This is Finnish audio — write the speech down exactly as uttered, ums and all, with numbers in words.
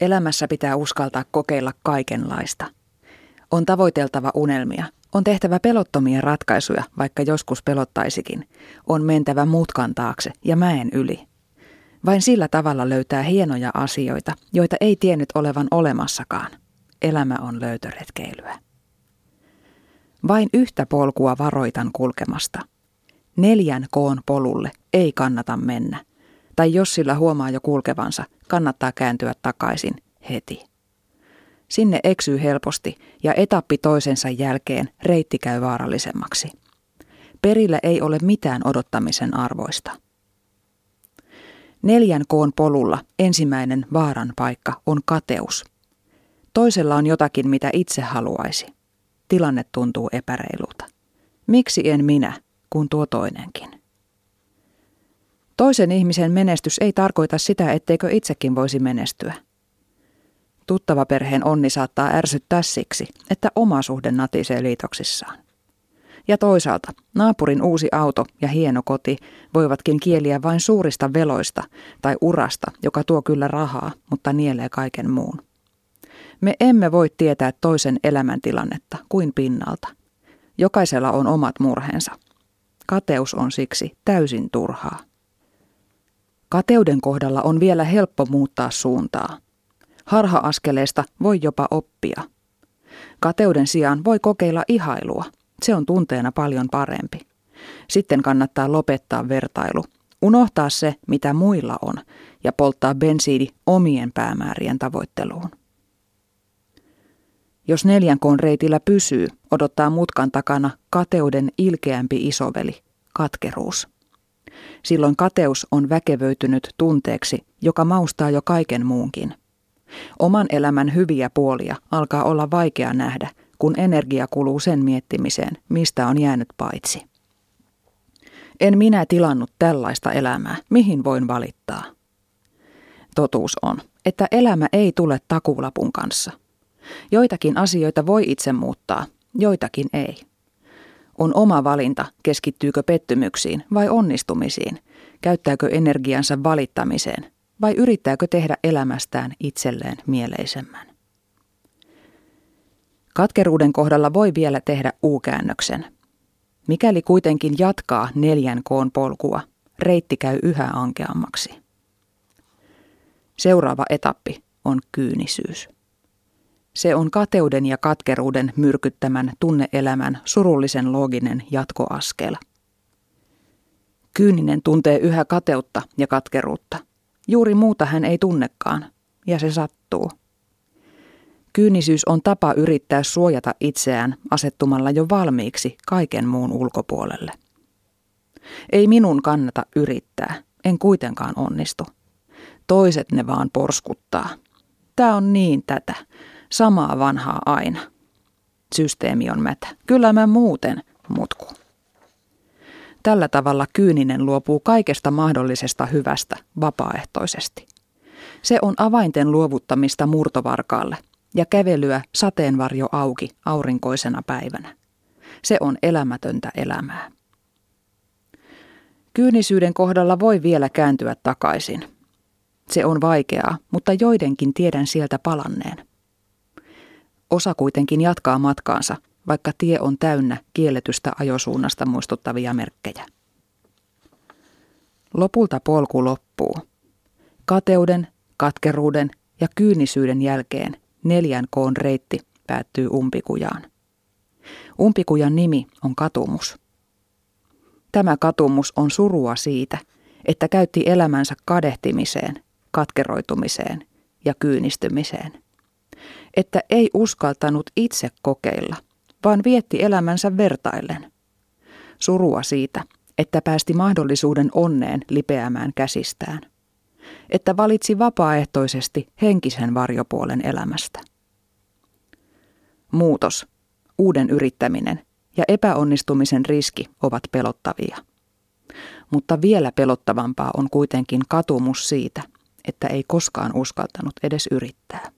Elämässä pitää uskaltaa kokeilla kaikenlaista. On tavoiteltava unelmia, on tehtävä pelottomia ratkaisuja, vaikka joskus pelottaisikin. On mentävä mutkan taakse ja mäen yli. Vain sillä tavalla löytää hienoja asioita, joita ei tiennyt olevan olemassakaan. Elämä on löytöretkeilyä. Vain yhtä polkua varoitan kulkemasta. Neljän koon polulle ei kannata mennä. Tai jos sillä huomaa jo kulkevansa, kannattaa kääntyä takaisin heti. Sinne eksyy helposti ja etappi toisensa jälkeen reitti käy vaarallisemmaksi. Perillä ei ole mitään odottamisen arvoista. Neljän koon polulla ensimmäinen vaaran paikka on kateus. Toisella on jotakin, mitä itse haluaisi. Tilanne tuntuu epäreilulta. Miksi en minä, kun tuo toinenkin? Toisen ihmisen menestys ei tarkoita sitä, etteikö itsekin voisi menestyä. Tuttava perheen onni saattaa ärsyttää siksi, että oma suhde natisee liitoksissaan. Ja toisaalta naapurin uusi auto ja hieno koti voivatkin kieliä vain suurista veloista tai urasta, joka tuo kyllä rahaa, mutta nielee kaiken muun. Me emme voi tietää toisen elämäntilannetta kuin pinnalta. Jokaisella on omat murheensa. Kateus on siksi täysin turhaa. Kateuden kohdalla on vielä helppo muuttaa suuntaa. Harha-askeleesta voi jopa oppia. Kateuden sijaan voi kokeilla ihailua. Se on tunteena paljon parempi. Sitten kannattaa lopettaa vertailu, unohtaa se, mitä muilla on, ja polttaa bensiini omien päämäärien tavoitteluun. Jos neljän koon reitillä pysyy, odottaa mutkan takana kateuden ilkeämpi isoveli, katkeruus. Silloin kateus on väkevöitynyt tunteeksi, joka maustaa jo kaiken muunkin. Oman elämän hyviä puolia alkaa olla vaikea nähdä, kun energia kuluu sen miettimiseen, mistä on jäänyt paitsi. En minä tilannut tällaista elämää, mihin voin valittaa? Totuus on, että elämä ei tule takuulapun kanssa. Joitakin asioita voi itse muuttaa, joitakin ei. On oma valinta, keskittyykö pettymyksiin vai onnistumisiin, käyttääkö energiansa valittamiseen vai yrittääkö tehdä elämästään itselleen mieleisemmän. Katkeruuden kohdalla voi vielä tehdä U-käännöksen. Mikäli kuitenkin jatkaa neljän koon polkua, reitti käy yhä ankeammaksi. Seuraava etappi on kyynisyys. Se on kateuden ja katkeruuden myrkyttämän tunneelämän surullisen looginen jatkoaskel. Kyyninen tuntee yhä kateutta ja katkeruutta. Juuri muuta hän ei tunnekaan, ja se sattuu. Kyynisyys on tapa yrittää suojata itseään asettumalla jo valmiiksi kaiken muun ulkopuolelle. Ei minun kannata yrittää, en kuitenkaan onnistu. Toiset ne vaan porskuttaa. Tää on niin tätä, samaa vanhaa aina. Systeemi on mätä, kyllä mä muuten mutku. Tällä tavalla kyyninen luopuu kaikesta mahdollisesta hyvästä vapaaehtoisesti. Se on avainten luovuttamista murtovarkaalle ja kävelyä sateenvarjo auki aurinkoisena päivänä. Se on elämätöntä elämää. Kyynisyyden kohdalla voi vielä kääntyä takaisin. Se on vaikeaa, mutta joidenkin tiedän sieltä palanneen. Osa kuitenkin jatkaa matkaansa, vaikka tie on täynnä kielletystä ajosuunnasta muistuttavia merkkejä. Lopulta polku loppuu. Kateuden, katkeruuden ja kyynisyyden jälkeen neljän koon reitti päättyy umpikujaan. Umpikujan nimi on katumus. Tämä katumus on surua siitä, että käytti elämänsä kadehtimiseen, katkeroitumiseen ja kyynistymiseen. Että ei uskaltanut itse kokeilla, vaan vietti elämänsä vertaillen. Surua siitä, että päästi mahdollisuuden onneen lipeämään käsistään. Että valitsi vapaaehtoisesti henkisen varjopuolen elämästä. Muutos, uuden yrittäminen ja epäonnistumisen riski ovat pelottavia. Mutta vielä pelottavampaa on kuitenkin katumus siitä, että ei koskaan uskaltanut edes yrittää.